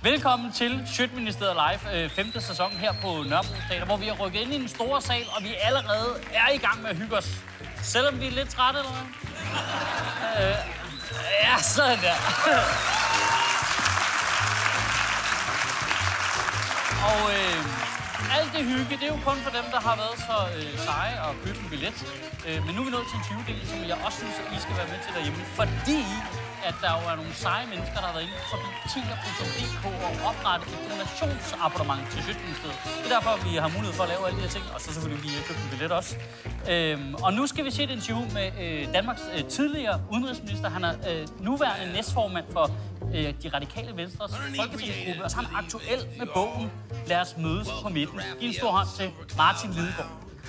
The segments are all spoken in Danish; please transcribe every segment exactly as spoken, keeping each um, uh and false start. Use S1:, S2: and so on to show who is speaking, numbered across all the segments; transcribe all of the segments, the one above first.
S1: Velkommen til Sjøtministeriet Live, øh, femte sæson her på Nørrebro Teater, hvor vi har rykket ind i en stor sal, og vi allerede er i gang med at hygge os. Selvom vi er lidt trætte, eller hvad? Øh, ja, sådan der. Og øh, alt det hygge, det er jo kun for dem, der har været så øh, seje og købe en billet. Øh, men nu er vi nået til en tyve-del, som jeg også synes, at I skal være med til derhjemme, fordi at der jo er nogle seje mennesker, der har været inde forbi tier punktum d k og oprettet et donationsabonnement til Sjøtministeriet. Det er derfor, vi har mulighed for at lave alle de her ting, og så selvfølgelig lige købe en billet også. Øhm, og nu skal vi se et interview med øh, Danmarks øh, tidligere udenrigsminister. Han er øh, nuværende næstformand for øh, De Radikale Venstres folketingsgruppe, og så er han aktuel med bogen Lad os mødes på midten. Giv en stor hånd til Martin Lidegaard.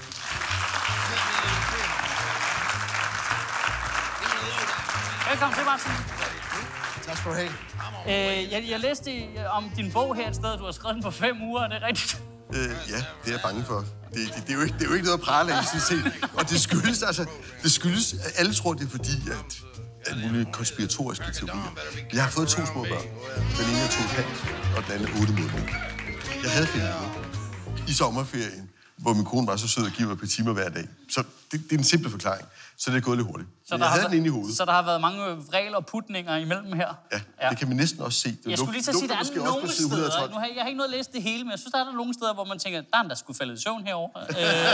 S1: Velkommen til, Martin.
S2: Tak skal du have.
S1: Øh, jeg, jeg læste om din bog her et sted. Du har skrevet den på fem uger, er det rigtigt?
S2: Øh, ja, det er jeg bange for. Det, det, det, er jo ikke, det er jo ikke noget at prale af, sådan set. Og det skyldes, altså, det skyldes, at alle tror, det er fordi, at alle mulige konspiratoriske teorier. Jeg har fået to små børn. Den ene er to og et halvt, og den anden er otte måneder. Jeg havde ferie i sommerferien, hvor min kone var så sød at give mig et par timer hver dag. Så det, det er en simpel forklaring. Så det er gået lidt hurtigt. Så jeg havde den inde i hovedet.
S1: Så der har været mange regler og putninger imellem her?
S2: Ja, ja. Det kan man næsten også se. Det
S1: jeg skulle lige til at sige, der er nogle steder. Nu har, jeg har ikke noget at læse det hele, men jeg synes, der er der nogle steder, hvor man tænker, der er der skulle falde i søvn herovre.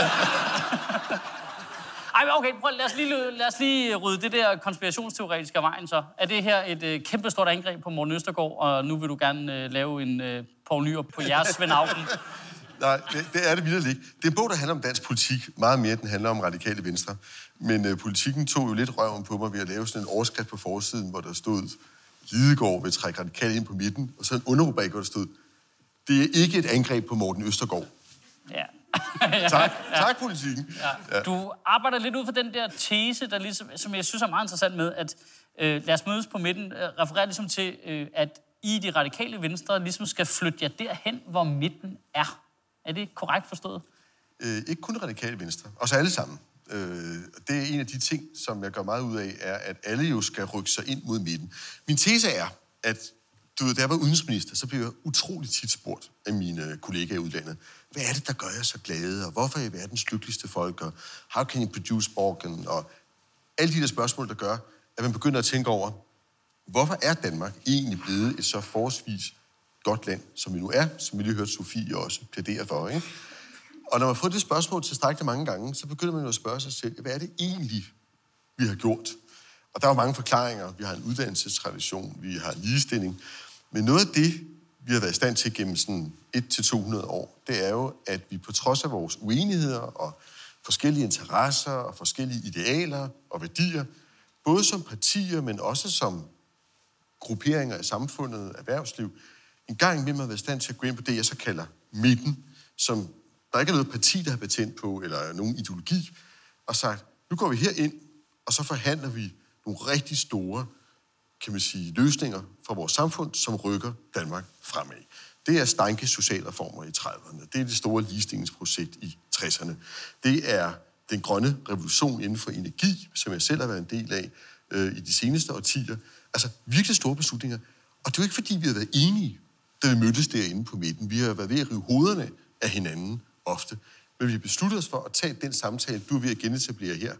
S1: Ej, men okay, prøv, lad, os lige, lad os lige rydde det der konspirationsteoretiske af vejen så. Er det her et øh, kæmpestort angreb på Morten Østergaard, og nu vil du gerne øh, lave en øh, Poul Nyrup på jeres Svend Auken?
S2: Nej, det, det er det vildt ikke. Det er en bog, der handler om dansk politik, meget mere end den handler om radikale venstre. Men øh, politikken tog jo lidt røven på mig ved at lave sådan en overskrift på forsiden, hvor der stod, Lidegaard vil trække radikale ind på midten, og så en underrubrik, hvor der stod, det er ikke et angreb på Morten Østergaard.
S1: Ja.
S2: tak. Ja. Tak, politikken.
S1: Ja. Ja. Du arbejder lidt ud for den der tese, der ligesom, som jeg synes er meget interessant med, at øh, lad os mødes på midten, øh, refererer ligesom til, øh, at I de radikale venstre ligesom skal flytte jer derhen, hvor midten er. Er det korrekt forstået?
S2: Øh, ikke kun radikale venstre, også alle sammen. Øh, det er en af de ting, som jeg gør meget ud af, er, at alle jo skal rykke sig ind mod midten. Min tese er, at du ved, da jeg var udenrigsminister, så blev jeg utroligt tit spurgt af mine kollegaer i udlandet, hvad er det, der gør jer så glade, og hvorfor er I verdens lykkeligste folk, og how can you produce organ, og alle de der spørgsmål, der gør, at man begynder at tænke over, hvorfor er Danmark egentlig blevet et så forholdsvis godt land, som vi nu er, som vi lige hørte Sofie også plædere for, ikke? Og når man får det spørgsmål tilstrækkeligt mange gange, så begynder man jo at spørge sig selv, hvad er det egentlig, vi har gjort? Og der er jo mange forklaringer. Vi har en uddannelsestradition, vi har ligestilling. Men noget af det, vi har været i stand til gennem sådan et til to hundrede år, det er jo, at vi på trods af vores uenigheder og forskellige interesser og forskellige idealer og værdier, både som partier, men også som grupperinger i samfundet, erhvervsliv, en gang imellem har været i stand til at gå ind på det, jeg så kalder midten, som der ikke er noget parti, der har patent på, eller nogen ideologi, og sagt, nu går vi her ind, og så forhandler vi nogle rigtig store, kan man sige, løsninger for vores samfund, som rykker Danmark fremad. Det er Steinkes socialreformer i trediverne. Det er det store ligestillingsprojekt i tresserne. Det er den grønne revolution inden for energi, som jeg selv har været en del af øh, i de seneste årtier. Altså virkelig store beslutninger. Og det er jo ikke, fordi vi har været enige, da vi mødtes derinde på midten. Vi har været ved at rive hovederne af hinanden ofte. Men vi har besluttet os for at tage den samtale, du er ved at genetablere her,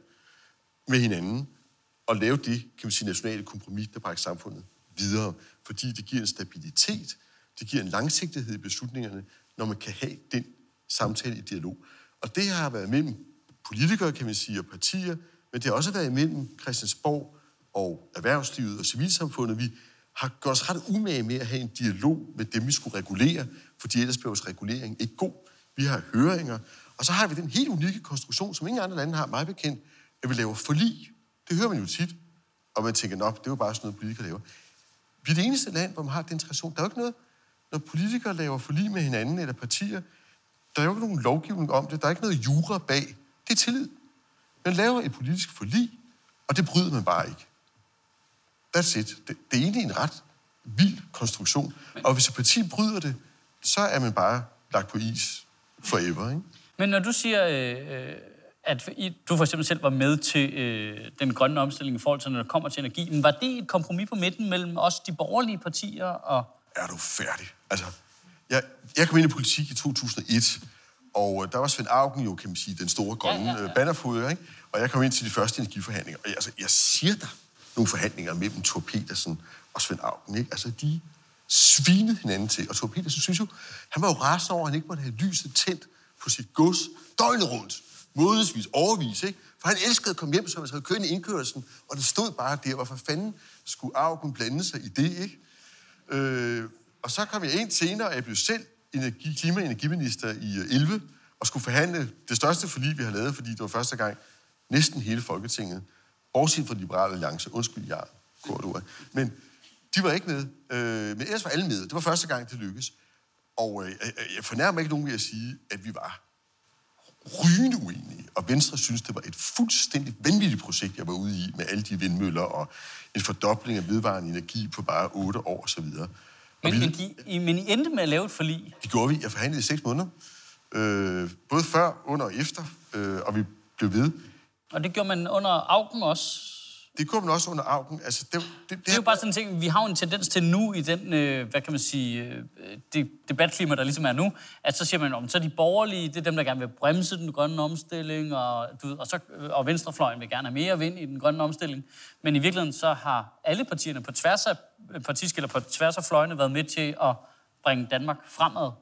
S2: med hinanden, og lave det, kan man sige, nationale kompromis, der brækker samfundet videre. Fordi det giver en stabilitet, det giver en langsigtighed i beslutningerne, når man kan have den samtale i dialog. Og det har været mellem politikere, kan man sige, og partier, men det har også været mellem Christiansborg og erhvervslivet og civilsamfundet. Vi har gjort os ret umage med at have en dialog med dem, vi skulle regulere, fordi ellers bliver vores regulering ikke god. Vi har høringer, og så har vi den helt unikke konstruktion, som ingen andre lande har, meget bekendt, at vi laver forlig. Det hører man jo tit, og man tænker, nok, det er jo bare sådan noget, politikere laver. Vi er det eneste land, hvor man har den tradition. Der er jo ikke noget, når politikere laver forlig med hinanden eller partier, der er jo ikke nogen lovgivning om det, der er ikke noget jura bag. Det er tillid. Man laver et politisk forlig, og det bryder man bare ikke. That's it. Det, det er egentlig en ret vild konstruktion. Og hvis et parti bryder det, så er man bare lagt på is forever, ikke?
S1: Men når du siger, øh, at du for eksempel selv var med til øh, den grønne omstilling i forhold til, når det kommer til energi, men var det et kompromis på midten mellem også de borgerlige partier og
S2: er du færdig. Altså, jeg, jeg kom ind i politik i to tusind og et, og der var Svend Auken jo, kan man sige, den store grønne ja, ja, ja. bannerfoder, ikke? Og jeg kom ind til de første energiforhandlinger, og jeg, altså, jeg siger der nogle forhandlinger mellem Thor Pedersen og Svend Auken, ikke? Altså, de svinede hinanden til, og Thor Pedersen synes jo, han var jo rasende over, at han ikke måtte have lyset tændt på sit gods døgnet rundt, månedsvis, overvis, ikke? For han elskede at komme hjem, så han havde kørt ind i indkørslen, og det stod bare der, hvorfor fanden skulle Auken blande sig i det, ikke? Øh, og så kom jeg ind senere, og jeg blev selv energi, klima- og energiminister i elleve, og skulle forhandle det største forlig, vi har lavet, fordi det var første gang næsten hele Folketinget, bortset fra Liberale Alliance, undskyld, jeg kort ord, men de var ikke med, øh, men ellers var alle med. Det var første gang, det lykkedes. Og øh, jeg fornærmer ikke nogen ved at sige, at vi var rygende uenige, og Venstre synes, det var et fuldstændig vanvittigt projekt, jeg var ude i, med alle de vindmøller og en fordobling af vedvarende energi på bare otte år osv.
S1: Men, men, de, men I endte med at lave et forlig?
S2: Det gjorde vi. Jeg forhandlede i seks måneder. Øh, både før, under og efter, øh, og vi blev ved.
S1: Og det gjorde man under Auken også?
S2: Det gjorde man også under Auken. Altså, det, det, det,
S1: det er jo bare sådan en ting, vi har en tendens til nu i den, øh, hvad kan man sige, øh, det debatklima, der ligesom er nu, at så siger man, om så er de borgerlige, det er dem, der gerne vil bremse den grønne omstilling, og, du ved, og, så, og venstrefløjen vil gerne have mere vind i den grønne omstilling. Men i virkeligheden så har alle partierne på tværs af partiskiller, på tværs af fløjene været med til at bringe Danmark fremad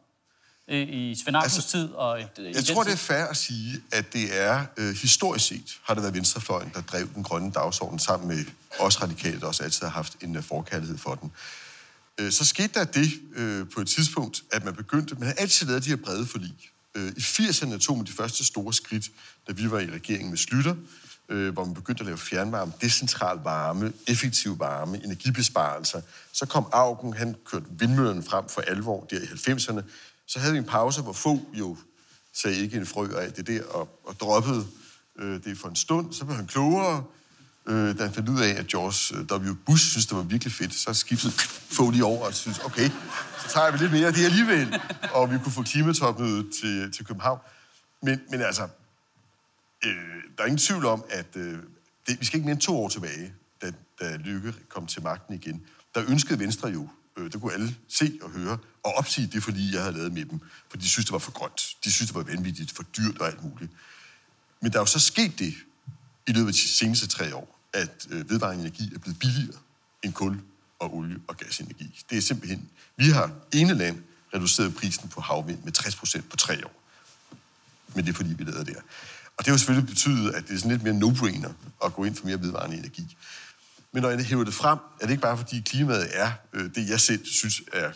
S1: i Svend Aukens altså, tid. Og i, i
S2: jeg tror, tid. Det er fair at sige, at det er, øh, historisk set, har det været venstrefløjen, der drev den grønne dagsorden sammen med os radikale, der også altid har haft en uh, forkærlighed for den. Øh, så skete der det øh, på et tidspunkt, at man begyndte, man havde altid lavet de her brede forlig. Øh, I firserne tog man de første store skridt, da vi var i regeringen med Schlüter, øh, hvor man begyndte at lave fjernvarme, decentral varme, effektiv varme, energibesparelser. Så kom Auken, han kørte vindmøllerne frem for alvor der i halvfemserne. Så havde vi en pause, hvor få jo sagde ikke en frø af det der, og, og droppede øh, det for en stund. Så blev han klogere, øh, da han fandt ud af, at George W. Bush synes, det var virkelig fedt. Så skiftede få lige over og synes, okay, så tager vi lidt mere af det alligevel, og vi kunne få klimatopmødet til, til København. Men, men altså, øh, der er ingen tvivl om, at øh, det, vi skal ikke mere end to år tilbage, da, da Løkke kom til magten igen. Der ønskede Venstre jo, det kunne alle se og høre, og opsige det, fordi jeg havde lavet med dem. For de synes, det var for grønt. De synes, det var vanvittigt, for dyrt og alt muligt. Men der er jo så sket det i løbet af de seneste tre år, at øh, vedvarende energi er blevet billigere end kul og olie og gasenergi. Det er simpelthen... Vi har ene land reduceret prisen på havvind med tres procent på tre år. Men det er, fordi vi lavede det der. Og det har jo selvfølgelig betydet, at det er sådan lidt mere no-brainer at gå ind for mere vedvarende energi. Men når jeg hæver det frem, er det ikke bare fordi klimaet er øh, det, jeg selv synes er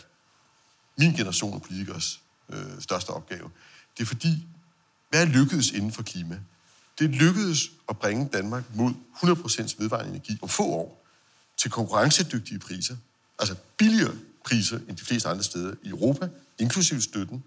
S2: min generation af politikers øh, største opgave. Det er fordi, hvad er lykkedes inden for klima? Det lykkedes at bringe Danmark mod hundrede procent vedvarende energi om få år til konkurrencedygtige priser, altså billigere priser end de fleste andre steder i Europa, inklusive støtten.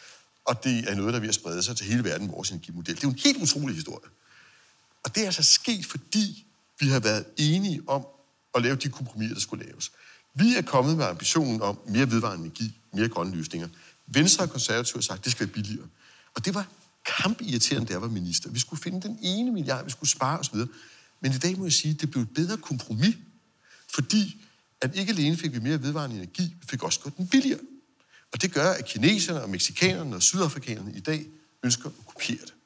S2: Og det er noget, der er ved at sprede sig til hele verden med vores energimodel. Det er jo en helt utrolig historie. Og det er altså sket, fordi vi har været enige om at lave de kompromiser, der skulle laves. Vi er kommet med ambitionen om mere vedvarende energi, mere grønne løsninger. Venstre og Konservative har sagt, at det skal være billigere. Og det var kampirriterende, da jeg var minister. Vi skulle finde den ene milliard, vi skulle spare osv. Men i dag må jeg sige, at det blev et bedre kompromis, fordi at ikke alene fik vi mere vedvarende energi, vi fik også gjort den billigere. Og det gør, at kineserne og mexikanerne og sydafrikanerne i dag ønsker at kopiere det.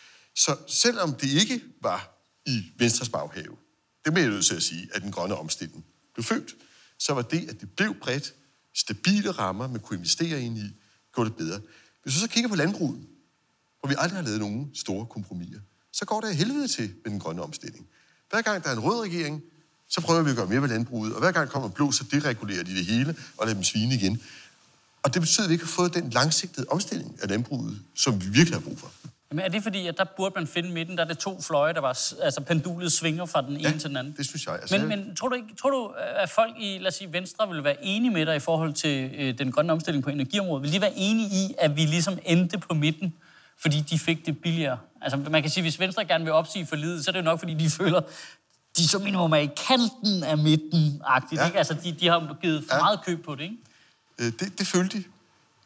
S2: Så selvom det ikke var i Venstres baghave, det må jeg nødt til at sige, at den grønne omstilling blev født, så var det, at det blev bredt, stabile rammer, man kunne investere ind i, gjorde det bedre. Hvis vi så kigger på landbruget, hvor vi aldrig har lavet nogen store kompromiser, så går det af helvede til med den grønne omstilling. Hver gang der er en rød regering, så prøver vi at gøre mere ved landbruget, og hver gang kommer blå, så deregulerer de det hele og lader dem svine igen. Og det betyder, at vi ikke har fået den langsigtede omstilling af landbruget, som vi virkelig har brug for.
S1: Men er det fordi, at der burde man finde midten, der er det to fløje, der var, altså pendulet svinger fra den ene
S2: ja,
S1: til den anden?
S2: Det synes jeg. Altså,
S1: men, men tror du ikke, tror du, at folk i, lad os sige, Venstre vil være enige med dig i forhold til øh, den grønne omstilling på energiområdet? Vil de være enige i, at vi ligesom endte på midten, fordi de fik det billigere? Altså man kan sige, hvis Venstre gerne vil opsige forliget, så er det jo nok, fordi de føler, de som minimum er i kanten af midten-agtigt, ja. Ikke? Altså de, de har givet for ja. meget køb på det, ikke?
S2: Øh, det, det følte de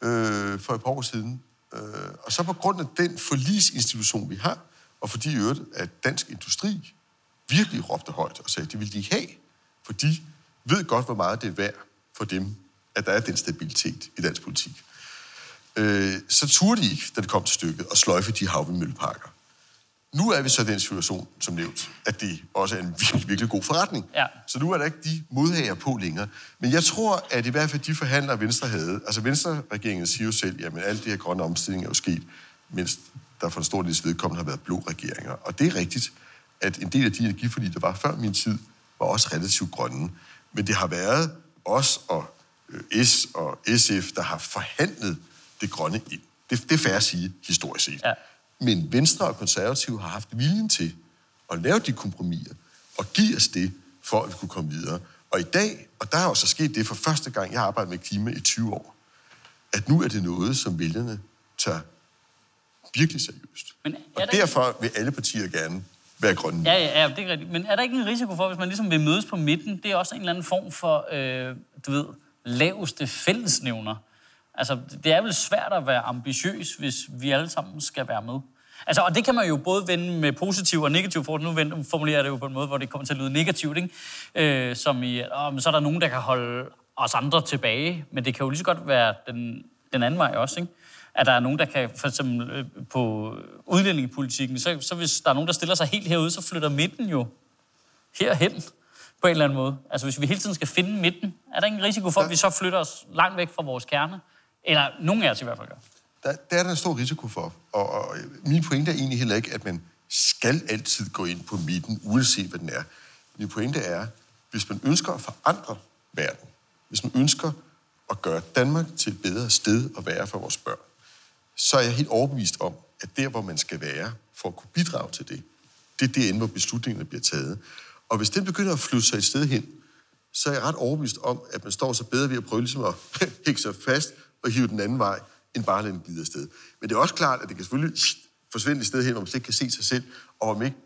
S2: øh, for et par år siden. Øh, og så på grund af den forlisinstitution, vi har, og fordi i øvrigt, at dansk industri virkelig råbte højt og sagde, at det ville de ikke have, for de ved godt, hvor meget det er værd for dem, at der er den stabilitet i dansk politik. Øh, så turde de ikke, da det kom til stykket, at sløjfe de havvindmølleparker. Nu er vi så i den situation, som nævnt, at det også er en virkelig, virkelig god forretning.
S1: Ja.
S2: Så nu er der ikke de modhager på længere. Men jeg tror, at i hvert fald de forhandlere, Venstre havde, altså Venstre-regeringen siger jo selv, jamen alt det her grønne omstilling er jo sket, mens der for en stor del vedkommende har været blå regeringer. Og det er rigtigt, at en del af de energiforlig, der var før min tid, var også relativt grønne. Men det har været os og øh, S og S F, der har forhandlet det grønne ind. Det, det er fair at sige, historisk set. Ja. Men Venstre og Konservative har haft viljen til at lave de kompromiser og give os det, for at vi kunne komme videre. Og i dag, og der har også sket det for første gang, jeg har arbejdet med klima i tyve år, at nu er det noget, som vælgerne tager virkelig seriøst. Men og derfor ikke... vil alle partier gerne være grønne.
S1: Ja, ja, ja, det er rigtigt. Men er der ikke en risiko for, hvis man ligesom vil mødes på midten, det er også en eller anden form for, øh, du ved, laveste fællesnævner? Altså, det er vel svært at være ambitiøs, hvis vi alle sammen skal være med. Altså, og det kan man jo både vende med positiv og negativ forhold. Nu formulerer det jo på en måde, hvor det kommer til at lyde negativt, ikke? Øh, som i, åh, så er der nogen, der kan holde os andre tilbage, men det kan jo lige så godt være den, den anden vej også, ikke? At der er nogen, der kan, for eksempel øh, på udlændingepolitikken, så, så hvis der er nogen, der stiller sig helt herude, så flytter midten jo herhen på en eller anden måde. Altså, hvis vi hele tiden skal finde midten, er der ingen risiko for, ja. At vi så flytter os langt væk fra vores kerne? Eller nogen af os i hvert fald gør.
S2: Der, der er der en stor risiko for. Og, og min pointe er egentlig heller ikke, at man skal altid gå ind på midten, uanset hvad den er. Min pointe er, hvis man ønsker at forandre verden, hvis man ønsker at gøre Danmark til et bedre sted at være for vores børn, så er jeg helt overbevist om, at der, hvor man skal være for at kunne bidrage til det, det er derinde, hvor beslutningerne bliver taget. Og hvis den begynder at flytte sig et sted hen, så er jeg ret overbevist om, at man står så bedre ved at prøve ligesom at hække sig fast og hive den anden vej, end bare lade den glide afsted. Men det er også klart, at det kan selvfølgelig forsvinde et sted hen, hvor man slet ikke kan se sig selv, og hvor man ikke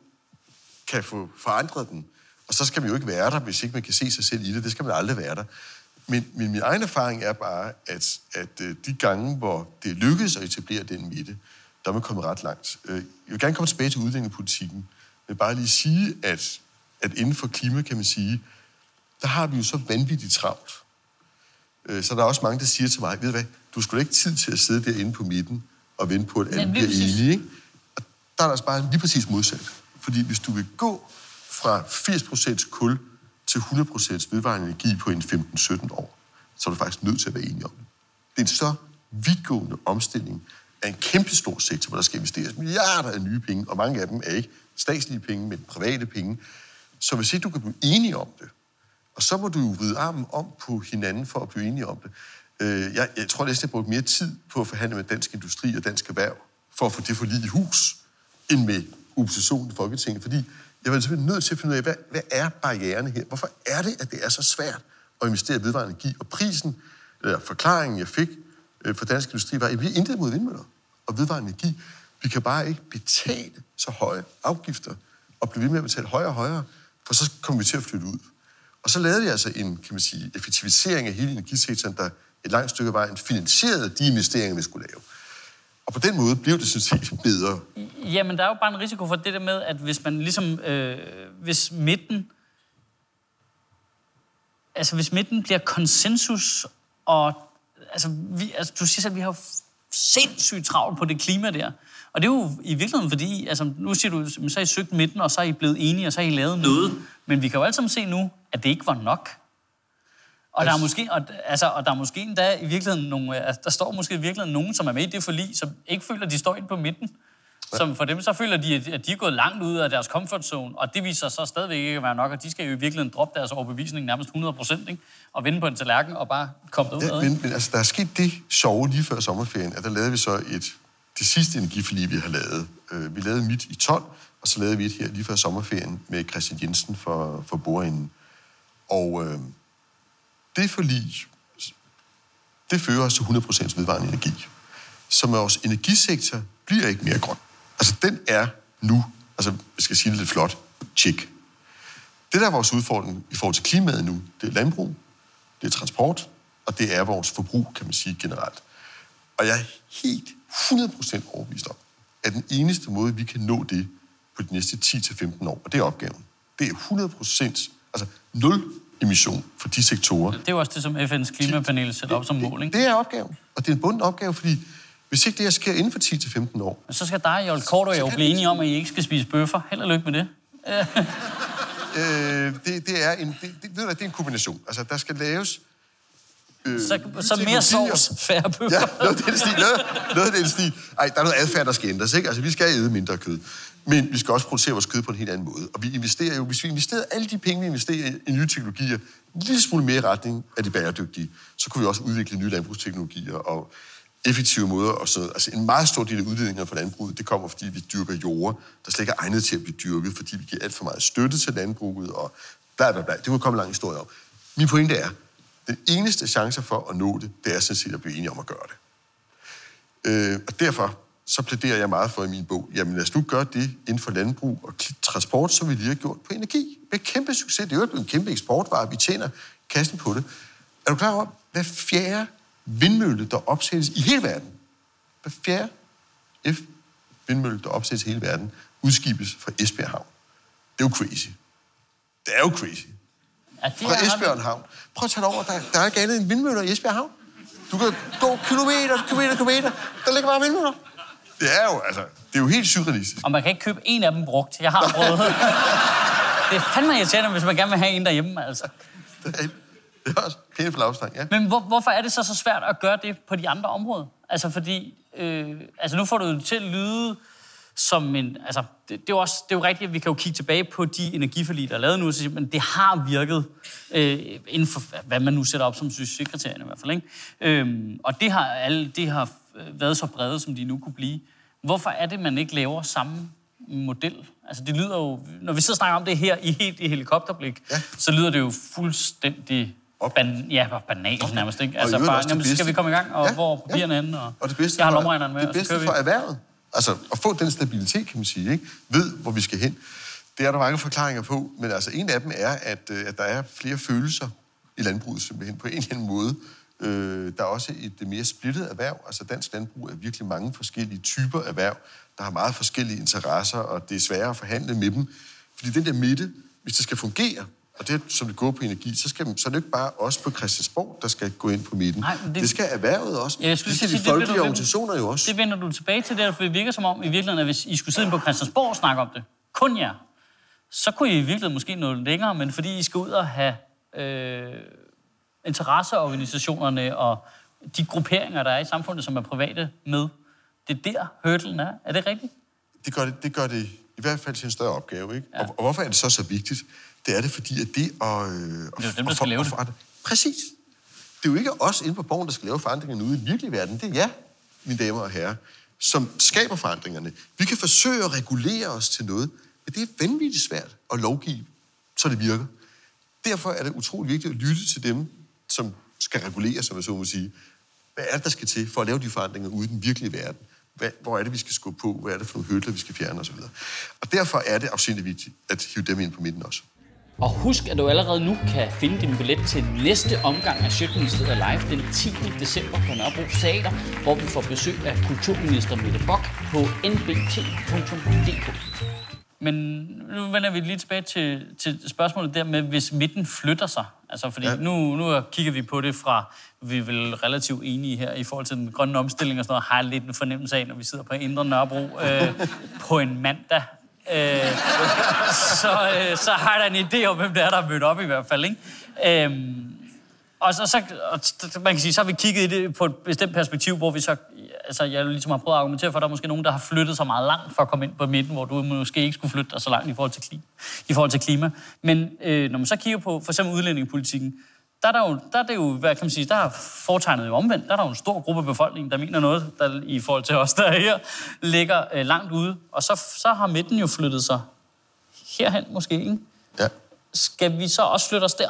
S2: kan få forandret den. Og så skal man jo ikke være der, hvis ikke man kan se sig selv i det. Det skal man aldrig være der. Men, men min egen erfaring er bare, at, at de gange, hvor det lykkedes at etablere den midte, der er man kommet ret langt. Jeg vil gerne komme tilbage til udlændingepolitikken, men bare lige sige, at, at inden for klima, kan man sige, der har vi jo så vanvittigt travlt. Så der er også mange, der siger til mig, ved du hvad, du skulle ikke tid til at sidde derinde på midten og vente på, at alle bliver enige, ikke? Og der er der altså bare lige præcis modsat. Fordi hvis du vil gå fra firs procent kul til hundrede procent vedvarende energi på en femten sytten år, så er du faktisk nødt til at være enig om det. Det er en så vidtgående omstilling af en kæmpe stor sektor, hvor der skal investeres milliarder af nye penge, og mange af dem er ikke statslige penge, men private penge. Så hvis ikke du kan blive enige om det, og så må du jo vride armen om på hinanden for at blive enige om det. Jeg, jeg tror næsten, jeg brugte mere tid på at forhandle med Dansk Industri og Dansk Erhverv, for at få det forlig i hus, end med oppositionen i Folketinget. Fordi jeg var simpelthen nødt til at finde ud af, hvad, hvad er barriererne her? Hvorfor er det, at det er så svært at investere i vedvarende energi? Og prisen, eller forklaringen, jeg fik fra Dansk Industri, var, at vi er intet mod vindmøller og vedvarende energi. Vi kan bare ikke betale så høje afgifter, og blive ved med at betale højere og højere, for så kommer vi til at flytte ud. Og så lavede vi altså en, kan man sige, effektivisering af hele energisektoren, der et langt stykke af vejen finansierede de investeringer, vi skulle lave. Og på den måde blev det sådan set bedre.
S1: Jamen, der er jo bare en risiko for det der med, at hvis man ligesom, øh, hvis midten, altså hvis midten bliver konsensus, og altså, vi, altså du siger selv, at vi har sindssygt travlt på det klima der. Og det er jo i virkeligheden fordi, altså nu siger du, så har I søgt midten, og så er I blevet enige, og så har I lavet noget. Men vi kan jo alle sammen se nu, at det ikke var nok. Og altså, der er måske, og, altså, og der er måske endda i virkeligheden nogle, altså, der står måske i virkeligheden nogen, som er med i det forlig, som ikke føler, at de står inde på midten. Ja. Som for dem så føler de, at de er gået langt ud af deres comfort zone, og det viser så stadigvæk ikke at være nok, og de skal jo i virkeligheden droppe deres overbevisning nærmest hundrede procent, ikke? Og vende på en tallerken og bare komme ud
S2: ja,
S1: af.
S2: Men, men altså, der er sket det sjove lige før sommerferien, at der lavede vi så et, det sidste energiforlig, vi har lavet. Vi lavede mit i tolv, og så lavede vi et her lige før sommerferien med Christian Jensen for, for bordenden. Og øh, det forlig, det fører os til hundrede procent vedvarende energi. Så vores energisektor bliver ikke mere grøn. Altså, den er nu, altså, jeg skal sige det lidt flot, tjek. Det, der er vores udfordring i forhold til klimaet nu, det er landbrug, det er transport, og det er vores forbrug, kan man sige generelt. Og jeg er helt hundrede procent overbevist om, at den eneste måde, vi kan nå det på de næste ti til femten år, og det er opgaven, det er hundrede procent, altså nul emission for de sektorer.
S1: Det er jo også det, som F N's klimapanel sætter op som mål, ikke?
S2: Det er opgaven, og det er en bunden opgave, fordi hvis ikke det her sker inden for ti til femten år...
S1: Så skal dig, Joel Korto, jo blive enige om, at I ikke skal spise bøffer. Held og lykke med det.
S2: øh, det, det, er en, det, det, ved du, det er en kombination. Altså, der skal laves... Øh,
S1: så, så mere sovs, færre bøffer.
S2: Ja, noget af den stil. Noget, noget af den stil. Ej, der er noget adfærd, der skal ændres, ikke? Altså, vi skal æde mindre kød. Men vi skal også producere vores kød på en helt anden måde. Og vi investerer jo, hvis vi investerede alle de penge, vi investerer i, i nye teknologier, en lille smule mere i retning af de bæredygtige, så kunne vi også udvikle nye landbrugsteknologier og effektive måder og sådan noget. Altså en meget stor del af udledningerne fra landbruget, det kommer, fordi vi dyrker jorder, der slet ikke er egnet til at blive dyrket, fordi vi giver alt for meget støtte til landbruget og bla bla bla. Det kunne komme en lang historie om. Min pointe er, den eneste chance for at nå det, det er sådan set at blive enige om at gøre det. Øh, og derfor så plæderer jeg meget for i min bog, jamen lad os nu gøre det inden for landbrug og transport, som vi lige har gjort på energi. Med kæmpe succes. Det er jo en kæmpe eksportvare. Vi tjener kassen på det. Er du klar over, hvad fjerde vindmølle, der opsættes i hele verden, hvad fjerde F-vindmølle, der opsættes i hele verden, udskibes fra Esbjerg Havn? Det er jo crazy. Det er jo crazy.
S1: Ja,
S2: fra Esbjerg Havn. Prøv at tage over, der, der er ikke andet end vindmøller i Esbjerg Havn. Du kan gå kilometer, kilometer, kilometer. Der ligger bare vindmøller. Det er jo, altså, det er jo helt surrealistisk.
S1: Og man kan ikke købe en af dem brugt. Jeg har prøvet. Det er fandme irriterende, hvis man gerne vil have en derhjemme, altså.
S2: Det er, det er også pæne flagstang, ja. Men
S1: hvor, hvorfor er det så så svært at gøre det på de andre områder? Altså, fordi... Øh, altså, nu får du det til at lyde som en... Altså, det, det, er jo også, det er jo rigtigt, at vi kan jo kigge tilbage på de energiforlig, der er lavet nu, og sige, men det har virket øh, inden for, hvad man nu sætter op som succeskriterierne i hvert fald, ikke? Øhm, og det har, alle, det har været så brede, som de nu kunne blive. Hvorfor er det, man ikke laver samme model? Altså, det lyder jo... Når vi sidder og snakker om det her i helt i helikopterblik, ja. Så lyder det jo fuldstændig... Ban, ja, banalt nærmest, ikke? Altså, bare, jamen, skal vi komme i gang, og ja, hvor papirerne ja. henne, og,
S2: og det bedste
S1: jeg har lomregneren med,
S2: det bedste for erhvervet. Altså, at få den stabilitet, kan man sige, ikke? Ved, hvor vi skal hen. Det er der mange forklaringer på, men altså, en af dem er, at, at der er flere følelser i landbruget, simpelthen på en eller anden måde. Øh, der er også et mere splittet erhverv. Altså, dansk landbrug er virkelig mange forskellige typer erhverv, der har meget forskellige interesser, og det er sværere at forhandle med dem. Fordi den der midte, hvis det skal fungere, og det som det går på energi, så, skal, så er det ikke bare os på Christiansborg, der skal gå ind på midten. Nej, det, det skal erhvervet også.
S1: Ja, jeg skulle
S2: det skal
S1: sige,
S2: de folkelige organisationer jo også.
S1: Det vender du tilbage til der, for det virker som om, i virkeligheden, at hvis I skulle sidde på Christiansborg og snakke om det, kun jer, så kunne I i virkeligheden måske nå længere, men fordi I skal ud og have øh, interesseorganisationerne og de grupperinger, der er i samfundet, som er private med, det er der hurdlen er. Er det rigtigt?
S2: Det gør det, det gør det i hvert fald til en større opgave, ikke? Ja. Og, og hvorfor er det så så vigtigt? Det er det, fordi at det at... Øh, det
S1: er dem, der skal lave det.
S2: Præcis. Det er jo ikke os inde på borgen, der skal lave forandringerne ude i den virkelige verden. Det er jer, mine damer og herrer, som skaber forandringerne. Vi kan forsøge at regulere os til noget, men det er vanvittigt svært at lovgive, så det virker. Derfor er det utroligt vigtigt at lytte til dem, som skal regulere, som jeg så må sige. Hvad er det, der skal til for at lave de forandringer ude i den virkelige verden? Hvad, hvor er det, vi skal skubbe på? Hvad er det for nogle hurdler, vi skal fjerne osv.? Og derfor er det afsindigt vigtigt at hive dem ind på midten også.
S1: Og husk, at du allerede nu kan finde din billet til næste omgang af Sjøtministeriet Live den tiende december på Nørrebro Teater, hvor vi får besøg af kulturminister Mette Bock på n b t punktum d k. Men nu vender vi lige tilbage til, til spørgsmålet der med, hvis midten flytter sig. Altså, fordi ja. nu, nu kigger vi på det fra, vi er vel relativt enige her i forhold til den grønne omstilling og sådan noget, har jeg lidt en fornemmelse af, når vi sidder på Indre Nørrebro øh, på en mandag. Øh, så, øh, så har jeg da en idé om, hvem det er, der er mødt op i hvert fald, ikke? Øhm, og så, så og man kan sige, så har vi kigget i det på et bestemt perspektiv, hvor vi så, altså jeg ligesom har prøvet at argumentere for, at der er måske nogen, der har flyttet sig meget langt for at komme ind på midten, hvor du måske ikke skulle flytte dig så langt i forhold til klima. I forhold til klima. Men øh, når man så kigger på for eksempel udlændingepolitikken, der er, der, jo, der er det jo, hvad kan man sige, der er fortegnet jo omvendt. Der er der jo en stor gruppe af befolkningen, der mener noget, der i forhold til os, der er her, ligger øh, langt ude. Og så, så har midten jo flyttet sig herhen måske, ikke?
S2: Ja.
S1: Skal vi så også flytte os der?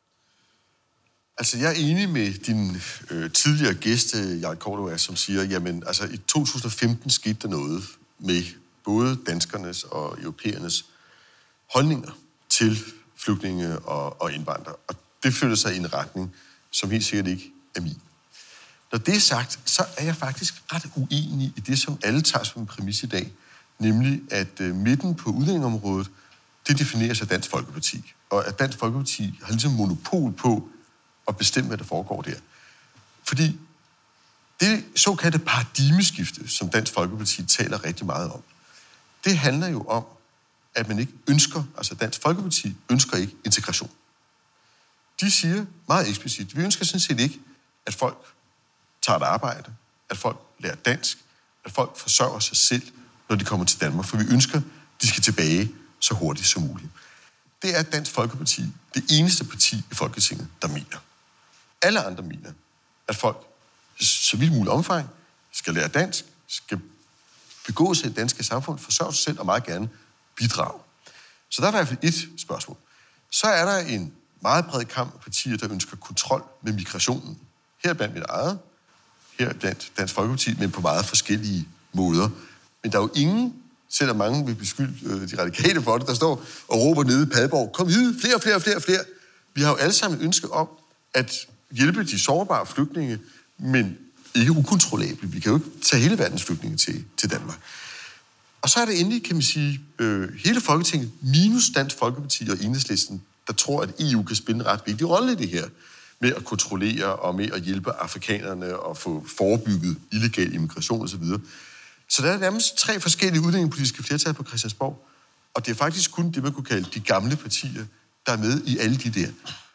S2: Altså, jeg er enig med din øh, tidligere gæst, Jarl Cordua, som siger, jamen, altså, i to tusind og femten skete der noget med både danskernes og europæernes holdninger til flygtninge og, og indvandrere. Og det flytter sig i en retning, som helt sikkert ikke er min. Når det er sagt, så er jeg faktisk ret uenig i det, som alle tager som en præmis i dag, nemlig at øh, midten på udlændingeområdet, det defineres af Dansk Folkeparti. og at Dansk Folkeparti har ligesom monopol på at bestemme, hvad der foregår der. Fordi det såkaldte paradigmeskifte, som Dansk Folkeparti taler rigtig meget om, det handler jo om, at man ikke ønsker, altså Dansk Folkeparti ønsker ikke integration. De siger meget eksplicit, vi ønsker sådan set ikke, at folk tager et arbejde, at folk lærer dansk, at folk forsørger sig selv, når de kommer til Danmark, for vi ønsker, at de skal tilbage så hurtigt som muligt. Det er Dansk Folkeparti, det eneste parti i Folketinget, der mener. Alle andre mener, at folk så vidt muligt omfang skal lære dansk, skal begå sig i det danske samfund, forsørge sig selv og meget gerne bidrage. Så der er i hvert fald et spørgsmål. Så er der en meget bred kamp af partier, der ønsker kontrol med migrationen. Her blandt mit eget, her blandt Dansk Folkeparti, men på meget forskellige måder. Men der er jo ingen, selvom mange vil beskylde øh, de radikale for det, der står og råber nede i Padborg, kom hid, flere, flere, flere, flere. Vi har jo alle sammen et ønske om at hjælpe de sårbare flygtninge, men ikke ukontrollable. Vi kan jo ikke tage hele verdens flygtninge til, til Danmark. Og så er det endelig, kan man sige, øh, hele Folketinget, minus Dansk Folkeparti og Enhedslisten, der tror, at E U kan spille en ret vigtig rolle i det her, med at kontrollere og med at hjælpe afrikanerne og få forebygget illegal immigration osv. Så der er nærmest tre forskellige udlændingepolitiske flertal på Christiansborg, og det er faktisk kun det, man kunne kalde de gamle partier, der er med i alle de der.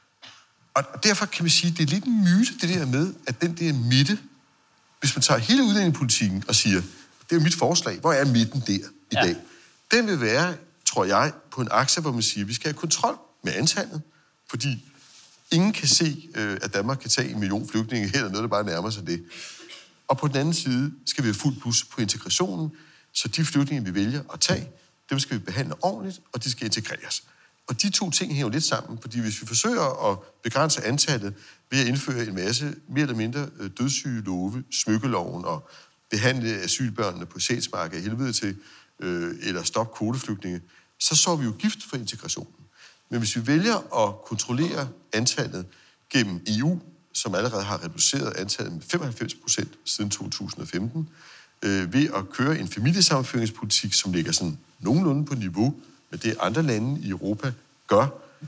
S2: Og derfor kan man sige, at det er lidt en myte, det der med, at den der midte, hvis man tager hele udlændingepolitikken og siger, det er jo mit forslag, hvor er midten der i ja. dag? Den vil være, tror jeg, på en akse, hvor man siger, at vi skal have kontrol med antallet, fordi ingen kan se, at Danmark kan tage en million flygtninge, eller noget, der bare nærmer sig det. Og på den anden side skal vi have fuld plus på integrationen, så de flygtninge, vi vælger at tage, dem skal vi behandle ordentligt, og de skal integreres. Og de to ting hænger jo lidt sammen, fordi hvis vi forsøger at begrænse antallet ved at indføre en masse mere eller mindre dødssyge love, smykkeloven og behandle asylbørnene på Sjælsmark af helvede til, øh, eller stoppe kvoteflygtninge, så så vi jo gift for integrationen. Men hvis vi vælger at kontrollere antallet gennem E U, som allerede har reduceret antallet med femoghalvfems procent siden to tusind og femten, øh, ved at køre en familiesammenføringspolitik, som ligger sådan nogenlunde på niveau med det, andre lande i Europa gør,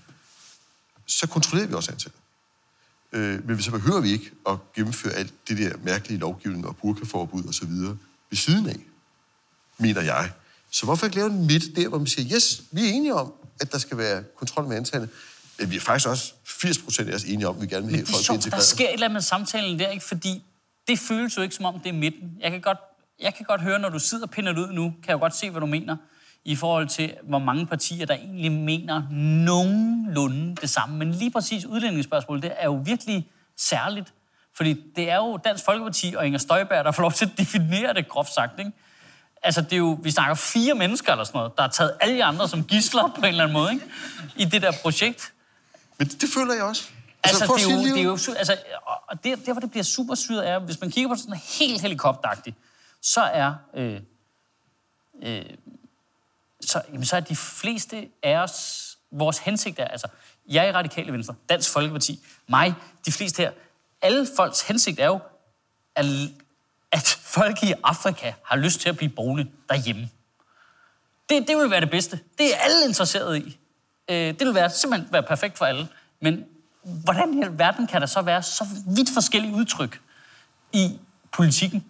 S2: så kontrollerer vi også antallet. Øh, men så behøver vi ikke at gennemføre alt det der mærkelige lovgivning og burkaforbud og så videre ved siden af, mener jeg. Så hvorfor ikke lave en midt der, hvor man siger, yes, vi er enige om, at der skal være kontrol med antallet, men vi er faktisk også firs procent af os enige om, at vi gerne vil have folk til integreret.
S1: Der sker et eller andet med samtalen der, ikke? Fordi det føles jo ikke som om, det er midten. Jeg kan godt, jeg kan godt høre, når du sidder og pinder det ud nu, kan jeg jo godt se, hvad du mener, i forhold til, hvor mange partier, der egentlig mener nogenlunde det samme. Men lige præcis udlændingsspørgsmålet, det er jo virkelig særligt. Fordi det er jo Dansk Folkeparti og Inger Støjberg, der får lov til at definere det, groft sagt, ikke? Altså, det er jo, vi snakker fire mennesker eller sådan noget, der har taget alle de andre som gidsler på en eller anden måde, ikke? I det der projekt.
S2: Men det, det føler jeg også.
S1: Altså, altså det, er jo, det er jo... Altså, og det, der, hvor det bliver super syret, er, hvis man kigger på sådan helt helikopteragtigt, så er... Øh, øh, så, jamen, så er de fleste af os... Vores hensigt er... Altså, jeg er Radikale Venstre, Dansk Folkeparti, mig, de fleste her. Alle folks hensigt er jo, at, at folk i Afrika har lyst til at blive boende derhjemme. Det, det vil være det bedste. Det er alle interesseret i. Øh, det vil være, simpelthen være perfekt for alle. Men hvordan i alverden kan der så være så vidt forskellige udtryk i politikken?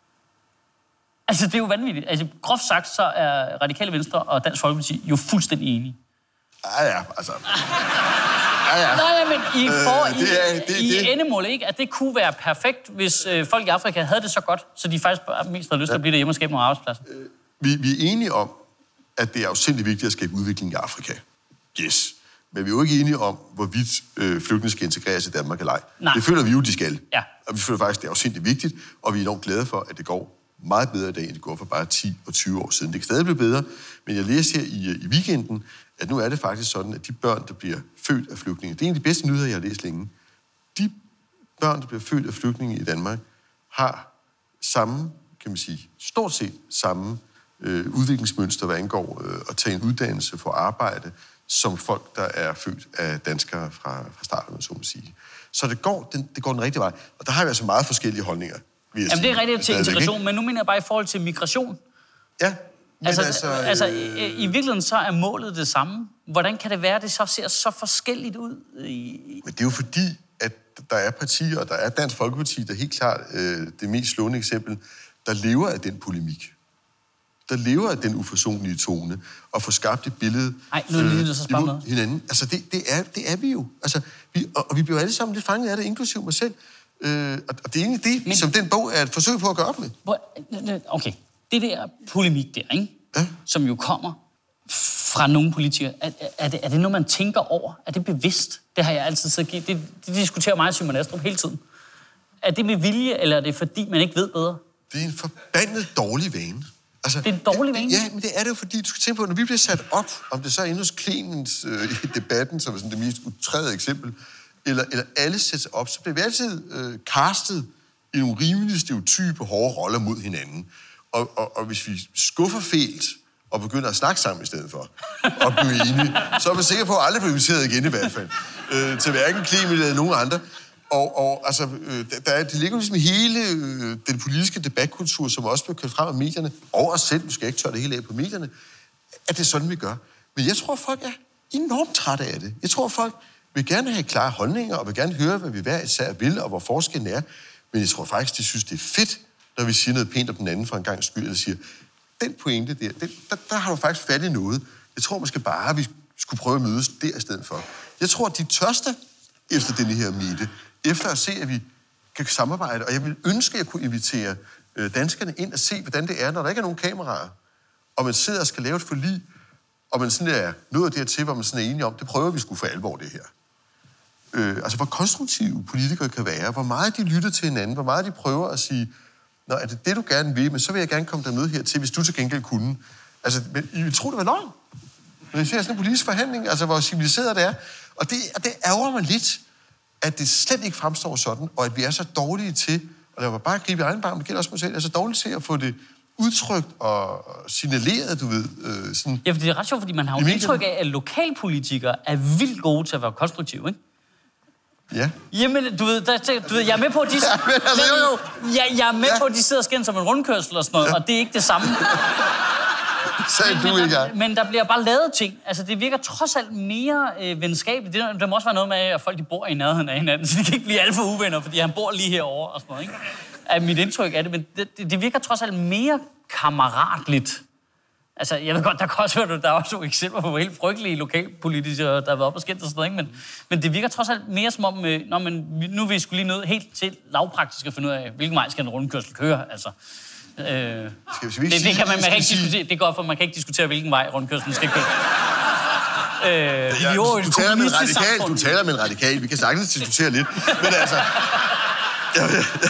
S1: Altså, det er jo vanvittigt. Altså, groft sagt, så er Radikale Venstre og Dansk Folkeparti jo fuldstændig enige.
S2: Ja, ja, altså... Ja, ja.
S1: Nej, men I får
S2: øh, det er, det,
S1: i,
S2: det.
S1: i endemålet, ikke? At det kunne være perfekt, hvis øh, folk i Afrika havde det så godt, så de faktisk bare mest havde lyst til ja. at blive derhjemme og skabe nogle arbejdspladser.
S2: Øh, vi, vi er enige om, at det er jo sindssygt vigtigt at skabe udvikling i Afrika. Yes. Men vi er jo ikke enige om, hvorvidt øh, flygtninge skal integreres i Danmark eller ej. Nej. Det føler vi jo, de skal. Ja. Og vi føler faktisk, det er jo sindssygt vigtigt, og vi er enormt glade for, at det går meget bedre i dag, end det går for bare ti og tyve år siden. Det kan stadig blive bedre, men jeg læste her i, i weekenden, at nu er det faktisk sådan, at de børn, der bliver født af flygtninge, det er en af de bedste nyheder, jeg har læst længe, de børn, der bliver født af flygtninge i Danmark, har samme, kan man sige, stort set samme øh, udviklingsmønster, hvad angår øh, at tage en uddannelse for arbejde, som folk, der er født af danskere fra, fra starten, så må sige. Så det går den, det går den rigtige vej. Og der har vi altså meget forskellige holdninger.
S1: Jamen, det er rigtigt til integration, men nu mener jeg bare i forhold til migration.
S2: Ja.
S1: Altså, altså, altså i, i virkeligheden så er målet det samme. hvordan kan det være, at det så ser så forskelligt ud? I...
S2: Men det er jo fordi, at der er partier, og der er Dansk Folkeparti, der er helt klart øh, det mest slående eksempel, der lever af den polemik. Der lever af den uforsonlige tone, og får skabt et billede...
S1: Nej, nu er det lige, så spørger noget.
S2: Hinanden. Altså, det, det, er, det er vi jo. Altså, vi, og, og vi bliver alle sammen lidt fanget af det, inklusive mig selv. Øh, og, og det er egentlig det, Men... som den bog er et forsøg på at gøre op med.
S1: Okay, det der polemik der, ikke?
S2: Ja.
S1: Som jo kommer fra nogle politikere, er, er, det, er det noget, man tænker over? Er det bevidst? Det har jeg altid så givet. Det, det diskuterer mig og Simon Astrup hele tiden. Er det med vilje, eller er det fordi, man ikke ved bedre?
S2: Det er en forbandet dårlig vane. Altså,
S1: det er en dårlig vane?
S2: Ja, men det er det jo, fordi du skal tænke på, når vi bliver sat op, om det så er inde hos Clemens øh, i debatten, som er sådan det mest utrædede eksempel, eller, eller alle sætter op, så bliver vi altid øh, castet i nogle rimelige stereotype hårde roller mod hinanden. Og, og, og hvis vi skuffer fælt og begynder at snakke sammen i stedet for, og blive enige, så er man sikker på, at aldrig bliver inviteret igen i hvert fald. Øh, til hverken Clemens eller nogen andre. Og, og altså, øh, der, det ligger ligesom i hele øh, den politiske debatkultur, som også bliver kørt frem af medierne, og os selv, vi skal ikke tørre det hele af på medierne, at det er sådan, vi gør. Men jeg tror, folk er enormt trætte af det. Jeg tror, folk vil gerne have klare holdninger, og vil gerne høre, hvad vi hver især vil, og hvor forskellen er. Men jeg tror faktisk, de synes, det er fedt, når vi siger noget pænt om den anden for en gang skyld, eller siger, den pointe der, den, der, der har du faktisk fat i noget. Jeg tror måske bare, at vi skulle prøve at mødes der i stedet for. Jeg tror, at de tørste efter denne her midte, efter at se, at vi kan samarbejde, og jeg vil ønske, at jeg kunne invitere øh, danskerne ind og se, hvordan det er, når der ikke er nogen kameraer, og man sidder og skal lave et forlig, og man sådan er nået dertil, hvor man sådan er enige om, det prøver vi sgu for alvor, det her. Øh, altså, hvor konstruktive politikere kan være, hvor meget de lytter til hinanden, hvor meget de prøver at sige, nå, er det det, du gerne vil, men så vil jeg gerne komme der med hertil, hvis du til gengæld kunne. Altså, men I vil tro, det var løgn. Når jeg ser sådan en politisk forhandling, altså, hvor civiliseret det er, og det, og det ærger mig lidt, at det slet ikke fremstår sådan, og at vi er så dårlige til, og lad mig bare gribe i egen barm, det gælder også mig selv, er så dårlige til at få det udtrykt og signaleret, du ved. Øh, sådan.
S1: Ja, for det er ret sjovt, fordi man har jo indtryk af, at lokalpolitikere er vildt gode til at være konstruktive, ikke?
S2: Ja.
S1: Jamen, du ved, der, du ved, jeg er med på, at de,
S2: ja, men, altså, jo, jo.
S1: Jeg, jeg er med ja. på, at de sidder og skændes som en rundkørsel og sådan noget, ja. og det er ikke det samme.
S2: Sagde
S1: men,
S2: du
S1: men,
S2: ikke,
S1: der, men der bliver bare lavet ting. Altså, det virker trods alt mere øh, venskabeligt. Det, der må også være noget med, at folk de bor i nærheden af hinanden, så de kan ikke blive alt for uvenner, fordi han bor lige herovre og sådan noget, ikke? Er mit indtryk af det, men det, det, det virker trods alt mere kammeratligt. Altså, jeg ved godt, der kan også være, der er også nogle eksempler på helt frygtelige lokalpolitikere, der har været op og skændt og sådan noget, ikke? Men, men det virker trods alt mere som om, øh, når man, nu er vi skulle lige nødt helt til lavpraktisk at finde ud af, hvilken vej skal en rundkørsel køre, altså. Øh, det, det kan man, man kan ikke diskutere. Det er godt, for man kan ikke diskutere, hvilken vej rundkørslen skal køre. Øh, ja,
S2: jo, du, taler med en radikal, du taler med en radikal. Vi kan sagtens diskutere lidt. Men altså... Ja, ja, ja.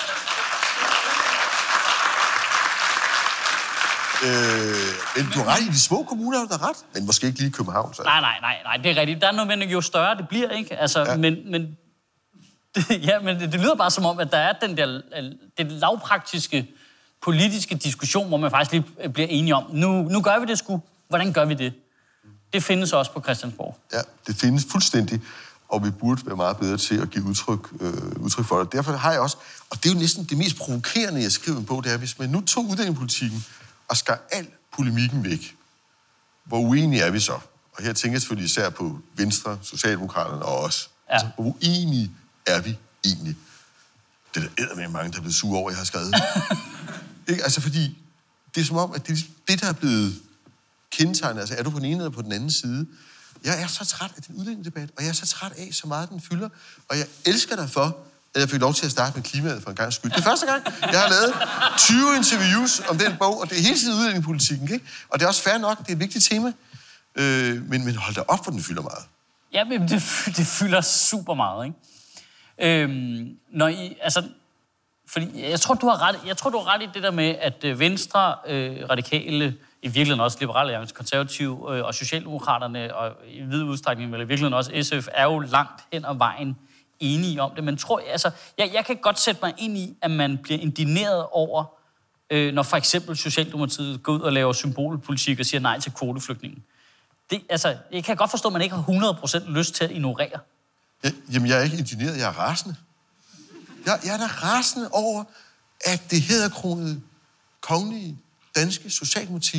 S2: Øh, men du har ret, i de små kommuner har du da ret. Men måske ikke lige i København. Så.
S1: Nej, nej, nej, nej, det er rigtigt. Der er noget med, jo større det bliver, ikke? Altså, ja. men... men ja, men det, det lyder bare som om, at der er den der den lavpraktiske politiske diskussion, hvor man faktisk lige bliver enige om, nu, nu gør vi det sgu. Hvordan gør vi det? Det findes også på Christiansborg.
S2: Ja, det findes fuldstændig, og vi burde være meget bedre til at give udtryk, øh, udtryk for det. Derfor har jeg også, og det er jo næsten det mest provokerende, jeg skriver på, det er, hvis man nu tog udlændingepolitikken og skar al polemikken væk, hvor uenige er vi så? Og her tænker jeg selvfølgelig især på Venstre, Socialdemokraterne og os. Ja. Altså, hvor uenige er vi egentlig? Det er der eddermame mange, der er blevet sure over, jeg har skrevet. Ikke? Altså, fordi det er som om, at det, det der er blevet kendetegnet, altså er du på den ene eller på den anden side? Jeg er så træt af den udlændingedebat, og jeg er så træt af, så meget den fylder. Og jeg elsker dig for, at jeg fik lov til at starte med klimaet for en gang skyld. Det er første gang, jeg har lavet tyve interviews om den bog, og det er hele tiden udlændingepolitikken, ikke? Og det er også fair nok, det er et vigtigt tema. Øh, men, men hold da op, hvor den fylder meget.
S1: Ja, men det, det fylder super meget, ikke? Øhm, når I, altså, fordi jeg tror, du har ret, jeg tror, du har ret i det der med, at Venstre, øh, radikale, i virkeligheden også Liberale Alliance, Konservative øh, og Socialdemokraterne, og i vid udstrækning, eller i virkeligheden også S F, er jo langt hen ad vejen enige om det. Men tror jeg, altså, jeg, jeg kan godt sætte mig ind i, at man bliver indigneret over, øh, når for eksempel Socialdemokratiet går ud og laver symbolpolitik og siger nej til kvoteflygtningen. Det, altså, jeg kan godt forstå, at man ikke har hundrede procent lyst til at ignorere.
S2: Ja, jamen, jeg er ikke indigneret, jeg er rasende. Jeg, jeg er da rasende over, at det hedderkronede kongelige danske Socialdemokrati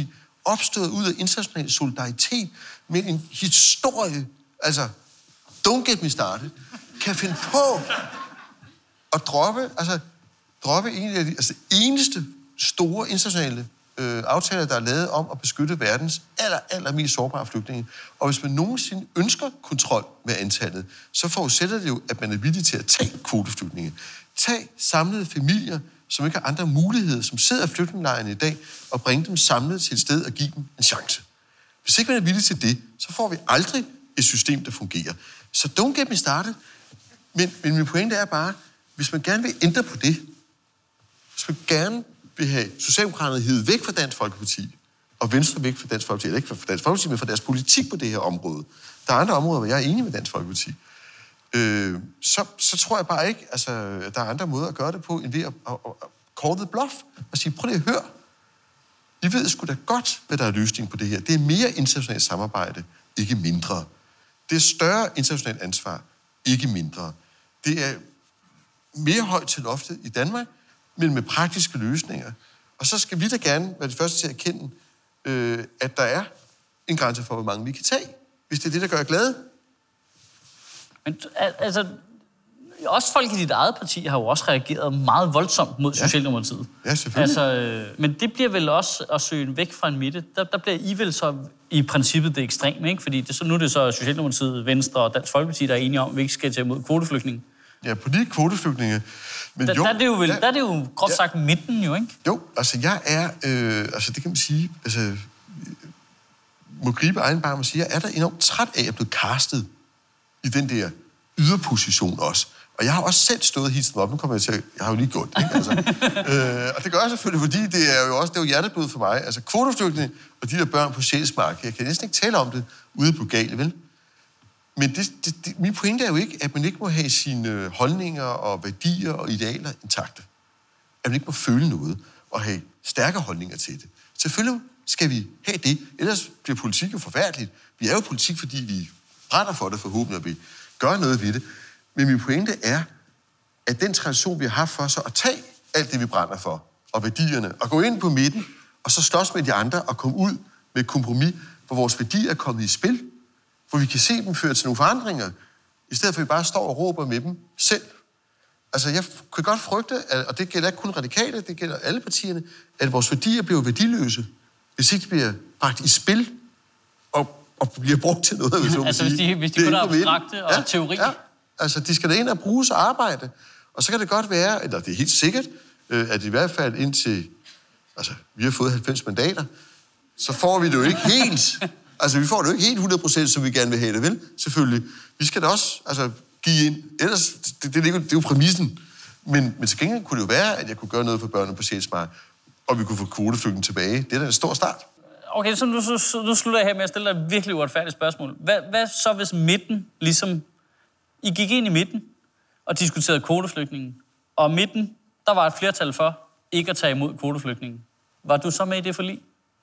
S2: opstået ud af international solidaritet med en historie, altså, don't get me started, kan finde på at droppe, altså, droppe en af de altså, eneste store internationale øh, aftaler, der er lavet om at beskytte verdens aller, aller mest sårbare flygtninge. Og hvis man nogensinde ønsker kontrol med antallet, så forudsætter det jo, at man er villig til at tage kvoteflygtninge. Tag samlede familier, som ikke har andre muligheder, som sidder i flygtningelejrene i dag, og bringe dem samlet til et sted og give dem en chance. Hvis ikke man er villig til det, så får vi aldrig et system, der fungerer. Så don't get me started. Men, men min pointe er bare, hvis man gerne vil ændre på det, hvis man gerne vil have Socialdemokraterne hivet væk fra Dansk Folkeparti, og Venstre væk fra Dansk Folkeparti, eller ikke fra Dansk Folkeparti, men fra deres politik på det her område. Der er andre områder, hvor jeg er enig med Dansk Folkeparti. Øh, så, så tror jeg bare ikke, altså, at der er andre måder at gøre det på, end ved at, at, at, at call the bluff, og sige, prøv lige at høre. I ved sgu da godt, hvad der er løsning på det her. Det er mere internationalt samarbejde, ikke mindre. Det er større internationalt ansvar, ikke mindre. Det er mere højt til loftet i Danmark, men med praktiske løsninger. Og så skal vi da gerne være de første til at erkende, øh, at der er en grænse for, hvor mange vi kan tage, hvis det er det, der gør jer glade.
S1: Men altså, også folk i dit eget parti har jo også reageret meget voldsomt mod ja. Socialdemokratiet.
S2: Ja, selvfølgelig.
S1: Altså, øh, men det bliver vel også at søge væk fra en midte. Der, der bliver I vel så i princippet det ekstreme, ikke? Fordi det, så, nu er det så Socialdemokratiet, Venstre og Dansk Folkeparti, der er enige om, at vi ikke skal tage imod kvoteflygtninge.
S2: Ja, på de kvoteflygtninge. Men
S1: der,
S2: jo,
S1: der, er det jo vel,
S2: ja,
S1: der er det jo groft sagt ja. midten jo, ikke?
S2: Jo, altså jeg er, øh, altså det kan man sige, altså må gribe egen barm og sige, jeg er der enormt træt af at blive castet i den der yderposition også. Og jeg har også selv stået helt op, nu kommer jeg til at, jeg har jo lige gjort det, ikke? Altså, øh, og det gør jeg selvfølgelig, fordi det er jo også, det er jo hjerteblod for mig. Altså kvoteflygtninge og de der børn på Sjælsmark, jeg kan næsten ikke tale om det ude på Gale, vel? Men det, det, det, min pointe er jo ikke, at man ikke må have sine holdninger og værdier og idealer intakte. At man ikke må føle noget og have stærke holdninger til det. Selvfølgelig skal vi have det, ellers bliver politik jo forfærdeligt. Vi er jo politik, fordi vi brænder for det forhåbentlig, og vi gør noget ved det. Men min pointe er, at den tradition, vi har haft for så at tage alt det, vi brænder for, og værdierne, og gå ind på midten, og så slås med de andre og komme ud med et kompromis, hvor vores værdier er kommet i spil, hvor vi kan se dem føre til nogle forandringer, i stedet for at vi bare står og råber med dem selv. Altså, jeg kan godt frygte, at, og det gælder ikke kun radikale, det gælder alle partierne, at vores værdier bliver værdiløse, hvis ikke de bliver bragt i spil og, og bliver brugt til noget. Hvis
S1: altså, hvis de, hvis de kun er abstrakte og ja, teori.
S2: Ja, altså, de skal da ind og bruges og arbejde. Og så kan det godt være, eller det er helt sikkert, at i hvert fald indtil, altså, vi har fået halvfems mandater, så får vi det jo ikke helt. Altså, vi får det jo ikke helt hundrede procent, som vi gerne vil have det, vel? Selvfølgelig. Vi skal da også altså, give ind. Ellers, det, det, det, det er jo præmissen. Men, men til gengæld kunne det jo være, at jeg kunne gøre noget for børnene på Sjælsmark, og vi kunne få kvoteflygtninge tilbage. Det er da en stor start.
S1: Okay, så nu, så, nu slutter jeg her med at stille dig et virkelig uretfærdigt spørgsmål. Hvad, hvad så, hvis midten ligesom... I gik ind i midten og diskuterede kvoteflygtningen, og midten, der var et flertal for ikke at tage imod kvoteflygtningen. Var du så med i det forlig?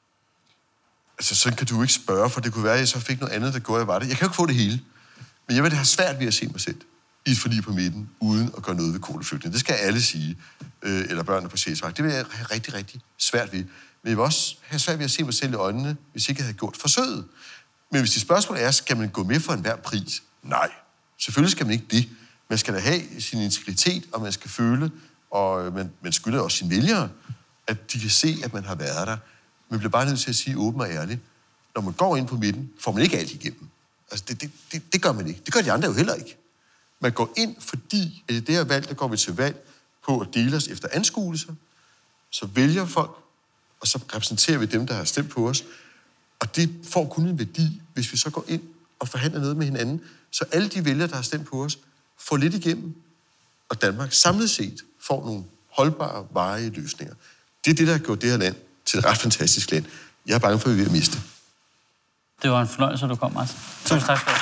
S2: Altså, sådan kan du ikke spørge, for det kunne være, at jeg så fik noget andet, der gjorde, at jeg var det. Jeg kan jo ikke få det hele. Men jeg vil have svært ved at se mig selv i et forlig på midten, uden at gøre noget ved kvoteflygtningen. Det skal alle sige. Øh, eller børnene på Sjælsmark. Det vil jeg have rigtig, rigtig svært ved. Men jeg vil også have svært ved at se mig selv i øjnene, hvis ikke jeg havde gjort forsøget. Men hvis det spørgsmål er, skal man gå med for enhver pris? Nej. Selvfølgelig skal man ikke det. Man skal da have sin integritet, og man skal føle, og man, man skylder også sine vælgere, at de kan se, at man har været der. Man bliver bare nødt til at sige åben og ærligt. Når man går ind på midten, får man ikke alt igennem. Altså, det, det, det, det gør man ikke. Det gør de andre jo heller ikke. Man går ind, fordi at det her valg, der går vi til valg på at dele os efter anskuelser. Så vælger folk, og så repræsenterer vi dem, der har stemt på os. Og det får kun en værdi, hvis vi så går ind og forhandler noget med hinanden. Så alle de vælgere, der har stemt på os, får lidt igennem. Og Danmark samlet set får nogle holdbare, varige løsninger. Det er det, der har gjort det her land til et ret fantastisk land. Jeg er bange for, at vi er ved at miste.
S1: Det var en fornøjelse, at du kom, Martin. Tusind tak for det.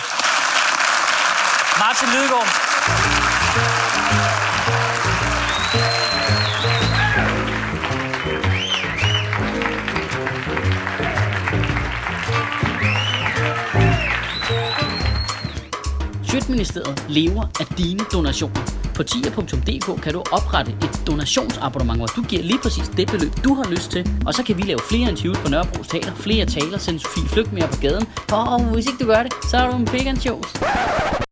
S1: Martin Lidegaard.
S3: Sjøtministeriet lever af dine donationer. På tier punktum d k kan du oprette et donationsabonnement, hvor du giver lige præcis det beløb, du har lyst til. Og så kan vi lave flere interviews på Nørrebro Teater, flere taler, sende Sofie Flygt mere på gaden. Og hvis ikke du gør det, så er du en big and shows.